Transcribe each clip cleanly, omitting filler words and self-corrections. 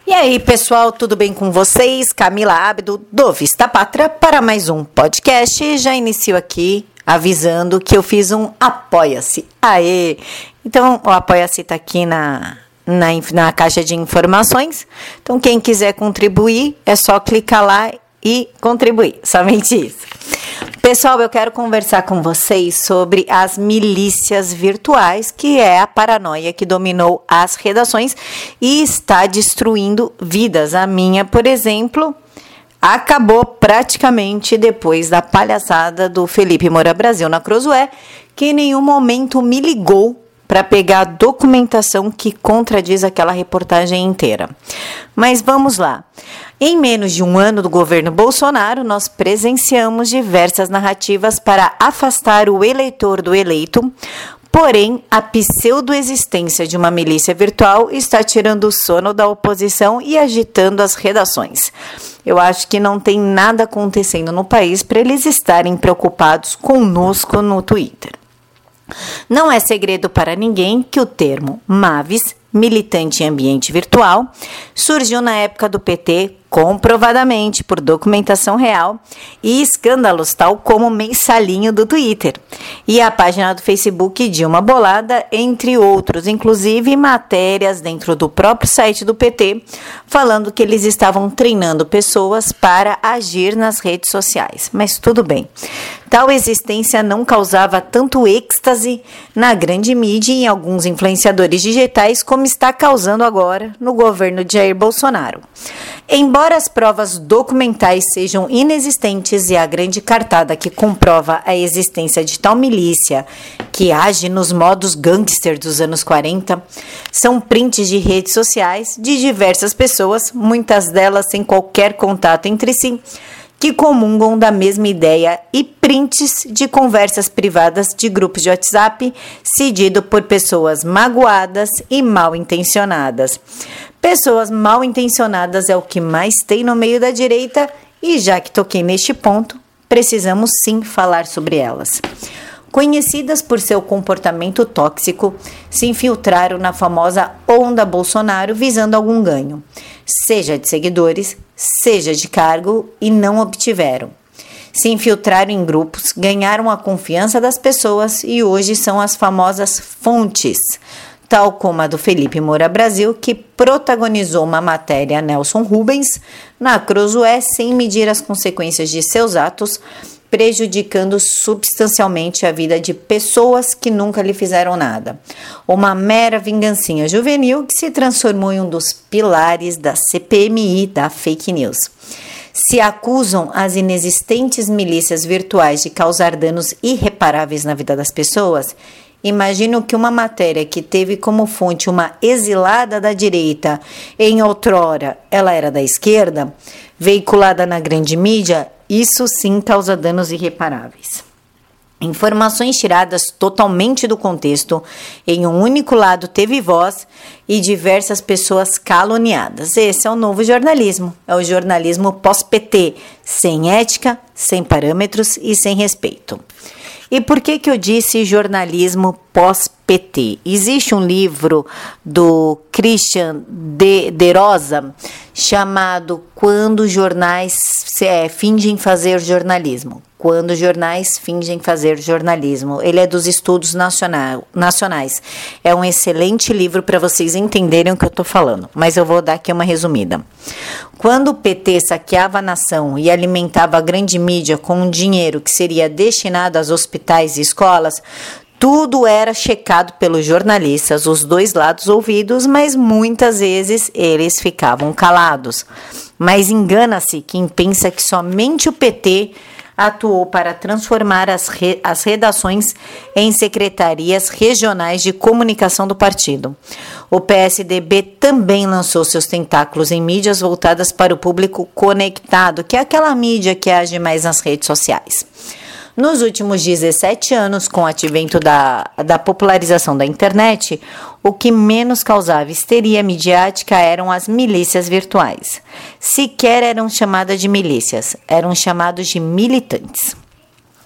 E aí, pessoal, tudo bem com vocês? Camila Abdo, do Vista Pátria, para mais um podcast. Já inicio aqui avisando que eu fiz um Apoia-se. Aê! Então, o Apoia-se está aqui na caixa de informações. Então, quem quiser contribuir, é só clicar lá e contribuir. Somente isso. Pessoal, eu quero conversar com vocês sobre as milícias virtuais, que é a paranoia que dominou as redações e está destruindo vidas. A minha, por exemplo, acabou praticamente depois da palhaçada do Felipe Moura Brasil na Crosué, que em nenhum momento me ligou para pegar a documentação que contradiz aquela reportagem inteira. Mas vamos lá. Em menos de um ano do governo Bolsonaro, nós presenciamos diversas narrativas para afastar o eleitor do eleito, porém, a pseudoexistência de uma milícia virtual está tirando o sono da oposição e agitando as redações. Eu acho que não tem nada acontecendo no país para eles estarem preocupados conosco no Twitter. Não é segredo para ninguém que o termo MAVES, militante em ambiente virtual, surgiu na época do PT, comprovadamente por documentação real e escândalos tal como o mensalinho do Twitter e a página do Facebook Dilma Bolada, entre outros, inclusive matérias dentro do próprio site do PT falando que eles estavam treinando pessoas para agir nas redes sociais. Mas tudo bem. Tal existência não causava tanto êxtase na grande mídia e em alguns influenciadores digitais como está causando agora no governo de Jair Bolsonaro. Embora as provas documentais sejam inexistentes e a grande cartada que comprova a existência de tal milícia que age nos modos gangster dos anos 40, são prints de redes sociais de diversas pessoas, muitas delas sem qualquer contato entre si, que comungam da mesma ideia e prints de conversas privadas de grupos de WhatsApp cedido por pessoas magoadas e mal intencionadas. Pessoas mal intencionadas é o que mais tem no meio da direita e já que toquei neste ponto, precisamos sim falar sobre elas. Conhecidas por seu comportamento tóxico, se infiltraram na famosa onda Bolsonaro visando algum ganho, seja de seguidores, seja de cargo, e não obtiveram. Se infiltraram em grupos, ganharam a confiança das pessoas e hoje são as famosas fontes, tal como a do Felipe Moura Brasil, que protagonizou uma matéria Nelson Rubens na Crosué sem medir as consequências de seus atos, prejudicando substancialmente a vida de pessoas que nunca lhe fizeram nada. Uma mera vingancinha juvenil que se transformou em um dos pilares da CPMI da fake news. Se acusam as inexistentes milícias virtuais de causar danos irreparáveis na vida das pessoas, imagino que uma matéria que teve como fonte uma exilada da direita, em outrora ela era da esquerda, veiculada na grande mídia, isso sim causa danos irreparáveis. Informações tiradas totalmente do contexto, em um único lado teve voz e diversas pessoas caluniadas. Esse é o novo jornalismo, é o jornalismo pós-PT, sem ética, sem parâmetros e sem respeito. E por que eu disse jornalismo pós-PT? Existe um livro do Christian de Rosa chamado Quando Jornais Fingem Fazer Jornalismo. Quando jornais fingem fazer jornalismo. Ele é dos estudos nacionais. É um excelente livro para vocês entenderem o que eu estou falando, mas eu vou dar aqui uma resumida. Quando o PT saqueava a nação e alimentava a grande mídia com um dinheiro que seria destinado aos hospitais e escolas, tudo era checado pelos jornalistas, os dois lados ouvidos, mas muitas vezes eles ficavam calados. Mas engana-se quem pensa que somente o PT atuou para transformar as redações em secretarias regionais de comunicação do partido. O PSDB também lançou seus tentáculos em mídias voltadas para o público conectado, que é aquela mídia que age mais nas redes sociais. Nos últimos 17 anos, com o advento da popularização da internet, o que menos causava histeria midiática eram as milícias virtuais. Sequer eram chamadas de milícias, eram chamados de militantes.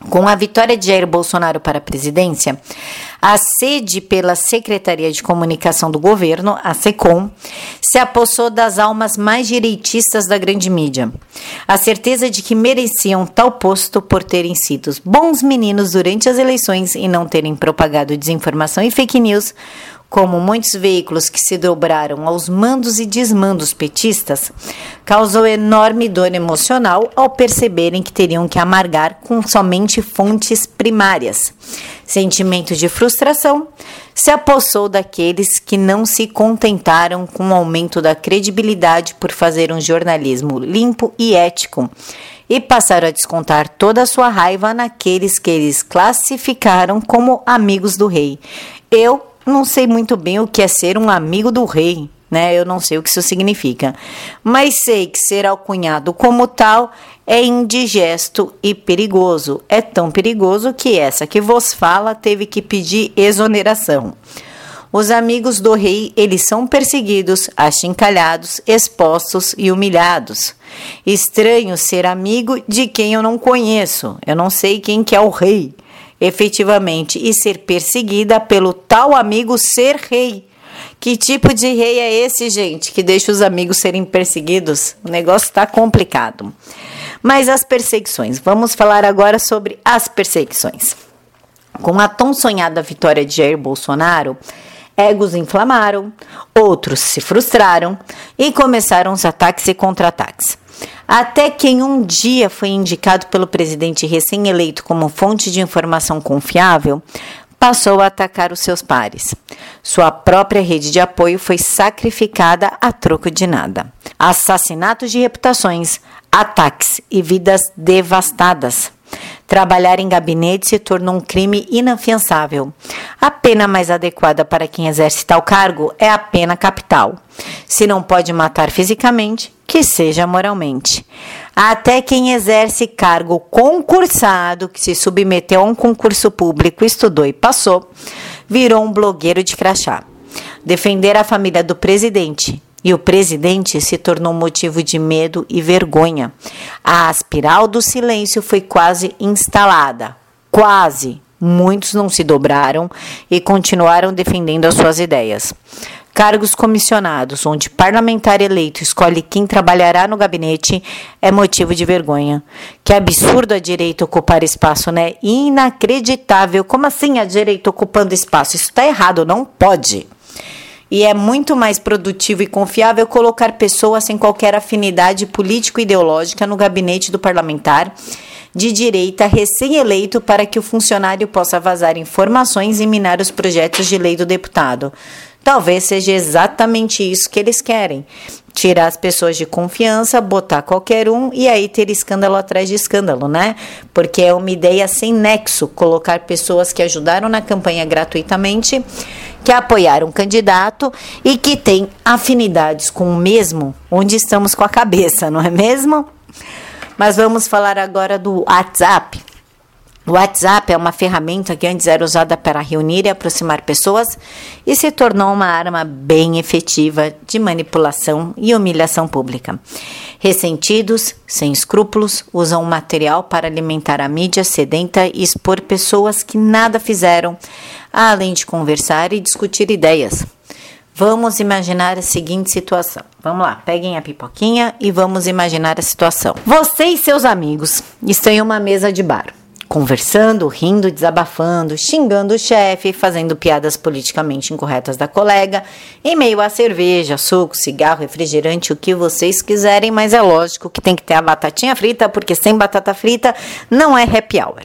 Com a vitória de Jair Bolsonaro para a presidência, a sede pela Secretaria de Comunicação do Governo, a SECOM, se apossou das almas mais direitistas da grande mídia. A certeza de que mereciam tal posto por terem sido bons meninos durante as eleições e não terem propagado desinformação e fake news, como muitos veículos que se dobraram aos mandos e desmandos petistas, causou enorme dor emocional ao perceberem que teriam que amargar com somente fontes primárias. Sentimento de frustração se apossou daqueles que não se contentaram com o aumento da credibilidade por fazer um jornalismo limpo e ético e passaram a descontar toda a sua raiva naqueles que eles classificaram como amigos do rei. Eu não sei muito bem o que é ser um amigo do rei, né? Eu não sei o que isso significa, mas sei que ser alcunhado como tal é indigesto e perigoso. É tão perigoso que essa que vos fala teve que pedir exoneração. Os amigos do rei, eles são perseguidos, achincalhados, expostos e humilhados. Estranho ser amigo de quem eu não conheço. Eu não sei quem que é o rei, efetivamente, e ser perseguida pelo tal amigo ser rei. Que tipo de rei é esse, gente, que deixa os amigos serem perseguidos? O negócio está complicado. Mas as perseguições, vamos falar agora sobre as perseguições. Com a tão sonhada vitória de Jair Bolsonaro, egos inflamaram, outros se frustraram e começaram os ataques e contra-ataques. Até quem um dia foi indicado pelo presidente recém-eleito como fonte de informação confiável, passou a atacar os seus pares. Sua própria rede de apoio foi sacrificada a troco de nada. Assassinatos de reputações, ataques e vidas devastadas. Trabalhar em gabinete se tornou um crime inafiançável. A pena mais adequada para quem exerce tal cargo é a pena capital. Se não pode matar fisicamente, que seja moralmente. Até quem exerce cargo concursado, que se submeteu a um concurso público, estudou e passou, virou um blogueiro de crachá. Defender a família do presidente e o presidente se tornou motivo de medo e vergonha. A espiral do silêncio foi quase instalada. Quase. Muitos não se dobraram e continuaram defendendo as suas ideias. Cargos comissionados, onde parlamentar eleito escolhe quem trabalhará no gabinete, é motivo de vergonha. Que absurdo a direita ocupar espaço, né? Inacreditável. Como assim a direita ocupando espaço? Isso está errado, não pode. E é muito mais produtivo e confiável colocar pessoas sem qualquer afinidade político-ideológica no gabinete do parlamentar de direita recém-eleito para que o funcionário possa vazar informações e minar os projetos de lei do deputado. Talvez seja exatamente isso que eles querem. Tirar as pessoas de confiança, botar qualquer um e aí ter escândalo atrás de escândalo, né? Porque é uma ideia sem nexo colocar pessoas que ajudaram na campanha gratuitamente, que apoiaram um candidato e que têm afinidades com o mesmo, onde estamos com a cabeça, não é mesmo? Mas vamos falar agora do WhatsApp. O WhatsApp é uma ferramenta que antes era usada para reunir e aproximar pessoas e se tornou uma arma bem efetiva de manipulação e humilhação pública. Ressentidos, sem escrúpulos, usam o material para alimentar a mídia sedenta e expor pessoas que nada fizeram, além de conversar e discutir ideias. Vamos imaginar a seguinte situação. Vamos lá, peguem a pipoquinha e vamos imaginar a situação. Você e seus amigos estão em uma mesa de bar, conversando, rindo, desabafando, xingando o chefe, fazendo piadas politicamente incorretas da colega, em meio a cerveja, suco, cigarro, refrigerante, o que vocês quiserem, mas é lógico que tem que ter a batatinha frita, porque sem batata frita não é happy hour.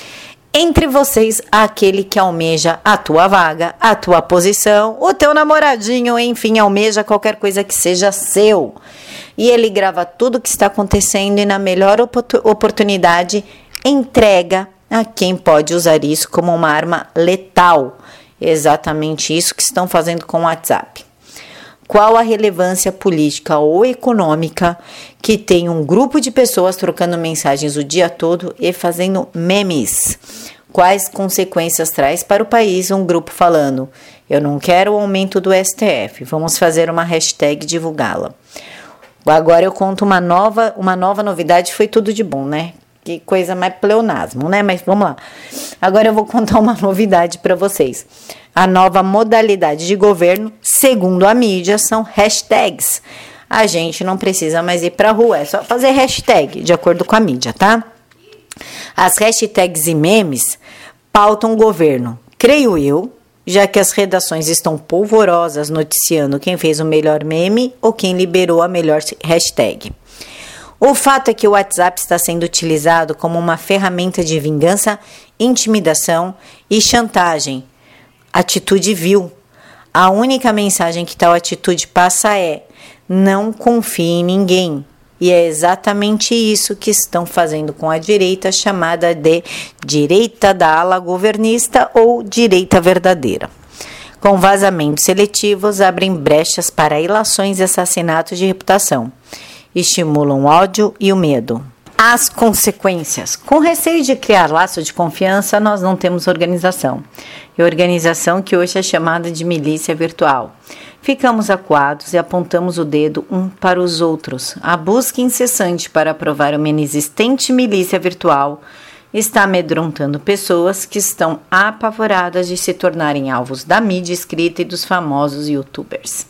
Entre vocês, aquele que almeja a tua vaga, a tua posição, o teu namoradinho, enfim, almeja qualquer coisa que seja seu. E ele grava tudo o que está acontecendo e na melhor oportunidade entrega a quem pode usar isso como uma arma letal. Exatamente isso que estão fazendo com o WhatsApp. Qual a relevância política ou econômica que tem um grupo de pessoas trocando mensagens o dia todo e fazendo memes? Quais consequências traz para o país um grupo falando: eu não quero o aumento do STF, vamos fazer uma hashtag e divulgá-la? Agora eu conto uma nova novidade, foi tudo de bom, né? que coisa mais pleonasmo, né? Mas vamos lá. Agora eu vou contar uma novidade para vocês. A nova modalidade de governo, segundo a mídia, são hashtags. A gente não precisa mais ir pra rua, é só fazer hashtag, de acordo com a mídia, tá? As hashtags e memes pautam o governo, creio eu, já que as redações estão polvorosas noticiando quem fez o melhor meme ou quem liberou a melhor hashtag. O fato é que o WhatsApp está sendo utilizado como uma ferramenta de vingança, intimidação e chantagem. Atitude vil. A única mensagem que tal atitude passa é: não confie em ninguém. E é exatamente isso que estão fazendo com a direita, chamada de direita da ala governista ou direita verdadeira. Com vazamentos seletivos, abrem brechas para ilações e assassinatos de reputação. Estimulam o ódio e o medo. As consequências. Com receio de criar laço de confiança, nós não temos organização. E organização que hoje é chamada de milícia virtual. Ficamos acuados e apontamos o dedo um para os outros. A busca incessante para aprovar uma inexistente milícia virtual está amedrontando pessoas que estão apavoradas de se tornarem alvos da mídia escrita e dos famosos youtubers.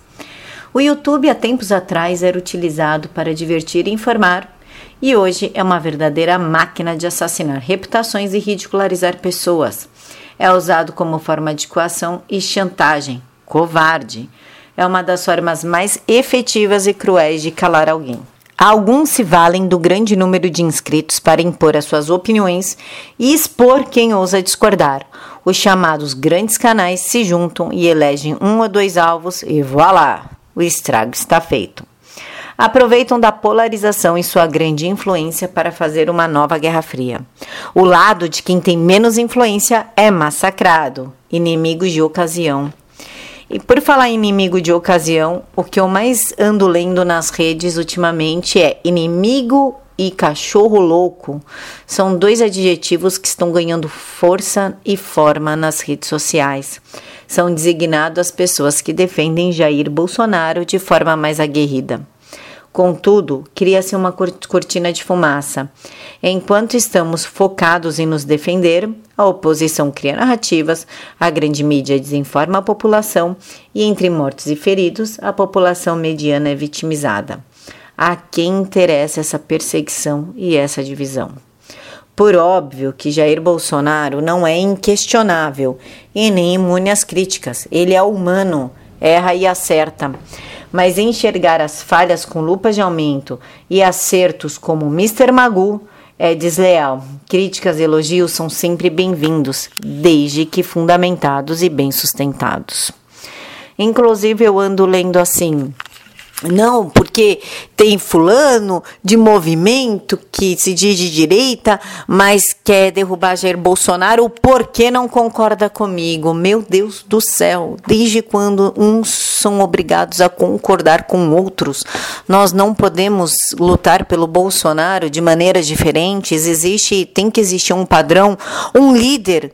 O YouTube, há tempos atrás, era utilizado para divertir e informar, e hoje é uma verdadeira máquina de assassinar reputações e ridicularizar pessoas. É usado como forma de coação e chantagem. Covarde. É uma das formas mais efetivas e cruéis de calar alguém. Alguns se valem do grande número de inscritos para impor as suas opiniões e expor quem ousa discordar. Os chamados grandes canais se juntam e elegem 1 ou 2 alvos e voilá, o estrago está feito. Aproveitam da polarização e sua grande influência para fazer uma nova Guerra Fria. O lado de quem tem menos influência é massacrado, inimigos de ocasião. E por falar em inimigo de ocasião, o que eu mais ando lendo nas redes ultimamente é inimigo e cachorro louco. São 2 adjetivos que estão ganhando força e forma nas redes sociais. São designados às pessoas que defendem Jair Bolsonaro de forma mais aguerrida. Contudo, cria-se uma cortina de fumaça. Enquanto estamos focados em nos defender, a oposição cria narrativas, a grande mídia desinforma a população e, entre mortos e feridos, a população mediana é vitimizada. A quem interessa essa perseguição e essa divisão? Por óbvio que Jair Bolsonaro não é inquestionável e nem imune às críticas. Ele é humano, erra e acerta. Mas enxergar as falhas com lupa de aumento e acertos como Mr. Magoo é desleal. Críticas e elogios são sempre bem-vindos, desde que fundamentados e bem sustentados. Inclusive, eu ando lendo assim: não, porque tem fulano de movimento que se diz de direita, mas quer derrubar Jair Bolsonaro, porque não concorda comigo? Meu Deus do céu, desde quando uns são obrigados a concordar com outros? Nós não podemos lutar pelo Bolsonaro de maneiras diferentes. Tem que existir um padrão, um líder.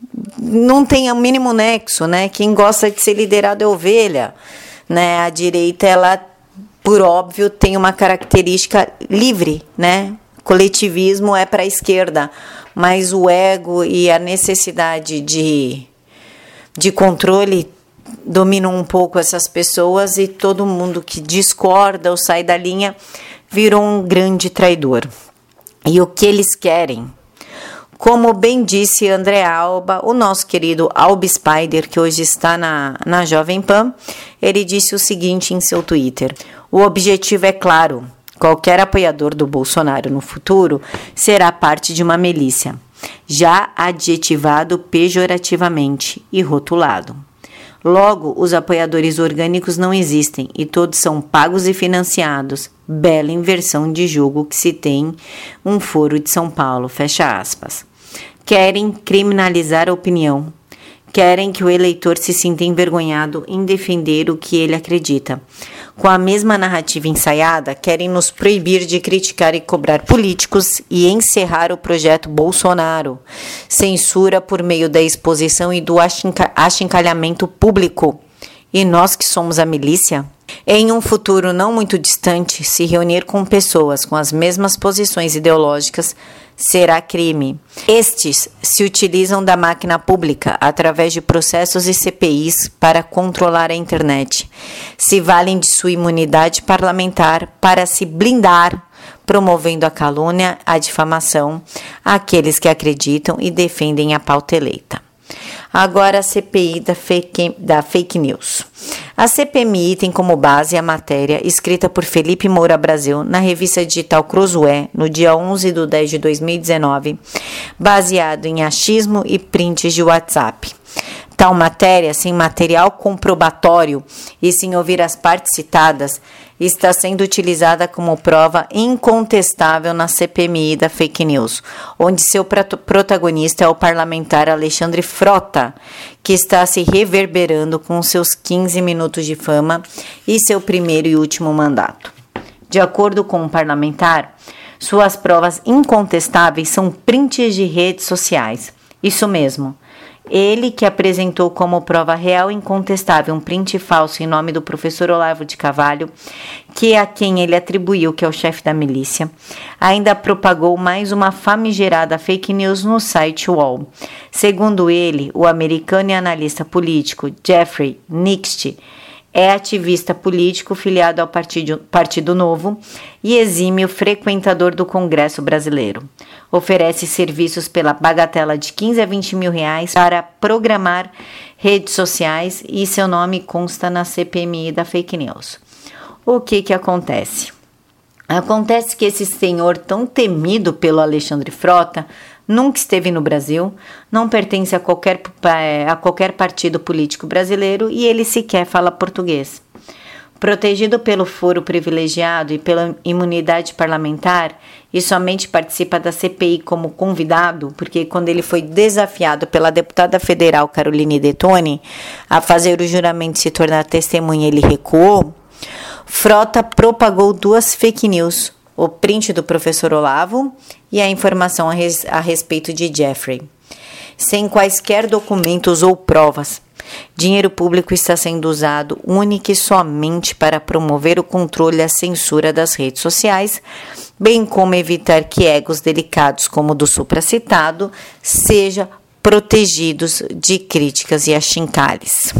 Não tem o mínimo nexo, né? Quem gosta de ser liderado é ovelha. Né? A direita, ela, por óbvio, tem uma característica livre, né? Coletivismo é para a esquerda, mas o ego e a necessidade de controle dominam um pouco essas pessoas, e todo mundo que discorda ou sai da linha virou um grande traidor. E o que eles querem? Como bem disse André Alba, o nosso querido Albi Spider, que hoje está na Jovem Pan, ele disse o seguinte em seu Twitter: o objetivo é claro, qualquer apoiador do Bolsonaro no futuro será parte de uma milícia, já adjetivado pejorativamente e rotulado. Logo, os apoiadores orgânicos não existem e todos são pagos e financiados. Bela inversão de jogo que se tem um foro de São Paulo, fecha aspas. Querem criminalizar a opinião. Querem que o eleitor se sinta envergonhado em defender o que ele acredita. Com a mesma narrativa ensaiada, querem nos proibir de criticar e cobrar políticos e encerrar o projeto Bolsonaro. Censura por meio da exposição e do achincalhamento público. E nós que somos a milícia? Em um futuro não muito distante, se reunir com pessoas com as mesmas posições ideológicas será crime. Estes se utilizam da máquina pública através de processos e CPIs para controlar a internet. Se valem de sua imunidade parlamentar para se blindar, promovendo a calúnia, a difamação àqueles que acreditam e defendem a pauta eleita. Agora a CPI da fake news. A CPMI tem como base a matéria escrita por Felipe Moura Brasil na revista digital Crosué, no dia 11/10/2019, baseado em achismo e prints de WhatsApp. Tal matéria, sem material comprobatório e sem ouvir as partes citadas, está sendo utilizada como prova incontestável na CPMI da fake news, onde seu protagonista é o parlamentar Alexandre Frota, que está se reverberando com seus 15 minutos de fama e seu primeiro e último mandato. De acordo com o parlamentar, suas provas incontestáveis são prints de redes sociais. Isso mesmo. Ele que apresentou como prova real e incontestável um print falso em nome do professor Olavo de Carvalho, que é a quem ele atribuiu que é o chefe da milícia, ainda propagou mais uma famigerada fake news no site UOL. Segundo ele, o americano e analista político Jeffrey Nixt é ativista político filiado ao Partido Novo e exímio frequentador do Congresso Brasileiro. Oferece serviços pela bagatela de 15 a 20 mil reais para programar redes sociais e seu nome consta na CPMI da fake news. O que acontece? Acontece que esse senhor tão temido pelo Alexandre Frota nunca esteve no Brasil, não pertence a qualquer partido político brasileiro e ele sequer fala português. Protegido pelo foro privilegiado e pela imunidade parlamentar, e somente participa da CPI como convidado, porque quando ele foi desafiado pela deputada federal Caroline Detoni a fazer o juramento e se tornar testemunha, ele recuou, Frota propagou duas fake news, o print do professor Olavo e a informação a respeito de Jeffrey. Sem quaisquer documentos ou provas, dinheiro público está sendo usado única e somente para promover o controle e a censura das redes sociais, bem como evitar que egos delicados como o do supracitado sejam protegidos de críticas e achincalhes.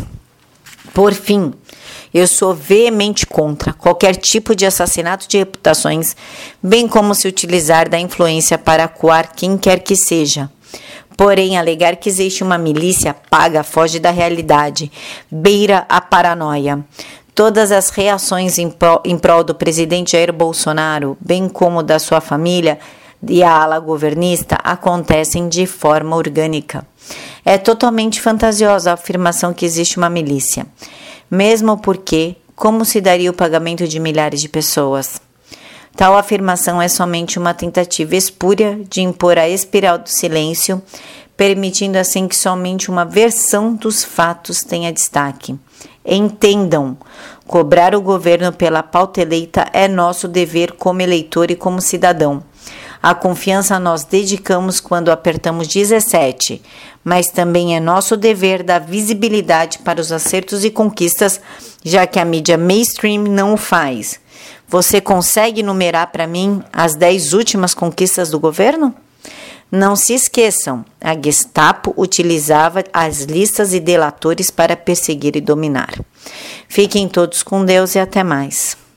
Por fim, eu sou veemente contra qualquer tipo de assassinato de reputações, bem como se utilizar da influência para acuar quem quer que seja. Porém, alegar que existe uma milícia paga foge da realidade, beira a paranoia. Todas as reações em prol do presidente Jair Bolsonaro, bem como da sua família e a ala governista, acontecem de forma orgânica. É totalmente fantasiosa a afirmação que existe uma milícia, mesmo porque como se daria o pagamento de milhares de pessoas? Tal afirmação é somente uma tentativa espúria de impor a espiral do silêncio, permitindo assim que somente uma versão dos fatos tenha destaque. Entendam, cobrar o governo pela pauta eleita é nosso dever como eleitor e como cidadão. A confiança nós dedicamos quando apertamos 17, mas também é nosso dever dar visibilidade para os acertos e conquistas, já que a mídia mainstream não o faz. Você consegue numerar para mim as 10 últimas conquistas do governo? Não se esqueçam, a Gestapo utilizava as listas e delatores para perseguir e dominar. Fiquem todos com Deus e até mais.